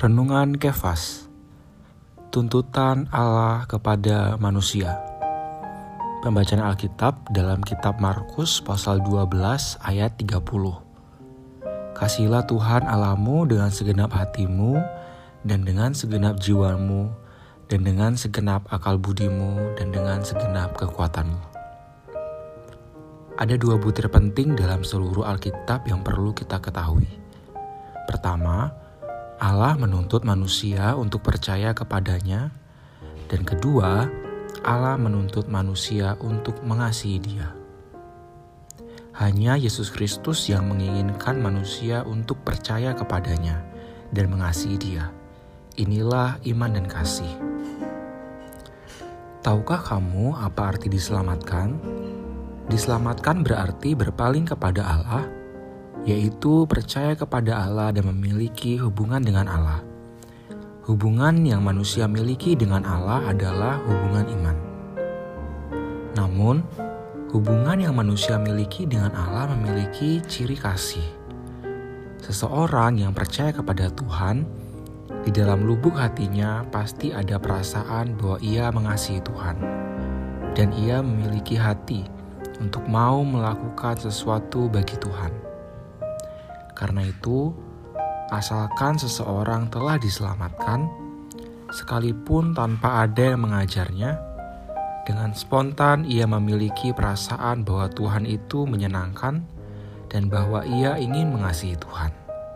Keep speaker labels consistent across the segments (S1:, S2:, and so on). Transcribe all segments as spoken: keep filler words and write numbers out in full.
S1: Renungan Kefas. Tuntutan Allah kepada manusia. Pembacaan Alkitab dalam kitab Markus pasal dua belas ayat tiga puluh. Kasihilah Tuhan Allahmu dengan segenap hatimu dan dengan segenap jiwamu dan dengan segenap akal budimu dan dengan segenap kekuatanmu. Ada dua butir penting dalam seluruh Alkitab yang perlu kita ketahui. Pertama, Allah menuntut manusia untuk percaya kepadanya, dan kedua, Allah menuntut manusia untuk mengasihi Dia. Hanya Yesus Kristus yang menginginkan manusia untuk percaya kepadanya dan mengasihi Dia. Inilah iman dan kasih. Tahukah kamu apa arti diselamatkan? Diselamatkan berarti berpaling kepada Allah, yaitu percaya kepada Allah dan memiliki hubungan dengan Allah. Hubungan yang manusia miliki dengan Allah adalah hubungan iman. Namun, hubungan yang manusia miliki dengan Allah memiliki ciri kasih. Seseorang yang percaya kepada Tuhan, di dalam lubuk hatinya pasti ada perasaan bahwa ia mengasihi Tuhan, dan ia memiliki hati untuk mau melakukan sesuatu bagi Tuhan. Karena itu, asalkan seseorang telah diselamatkan, sekalipun tanpa ada yang mengajarnya, dengan spontan ia memiliki perasaan bahwa Tuhan itu menyenangkan dan bahwa ia ingin mengasihi Tuhan.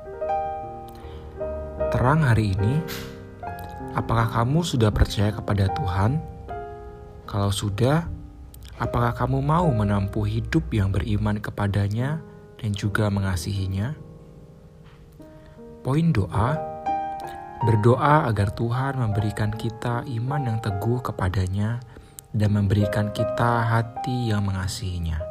S1: Terang hari ini, apakah kamu sudah percaya kepada Tuhan? Kalau sudah, apakah kamu mau menempuh hidup yang beriman kepadanya dan juga mengasihinya? Poin doa, berdoa agar Tuhan memberikan kita iman yang teguh kepadanya dan memberikan kita hati yang mengasihinya.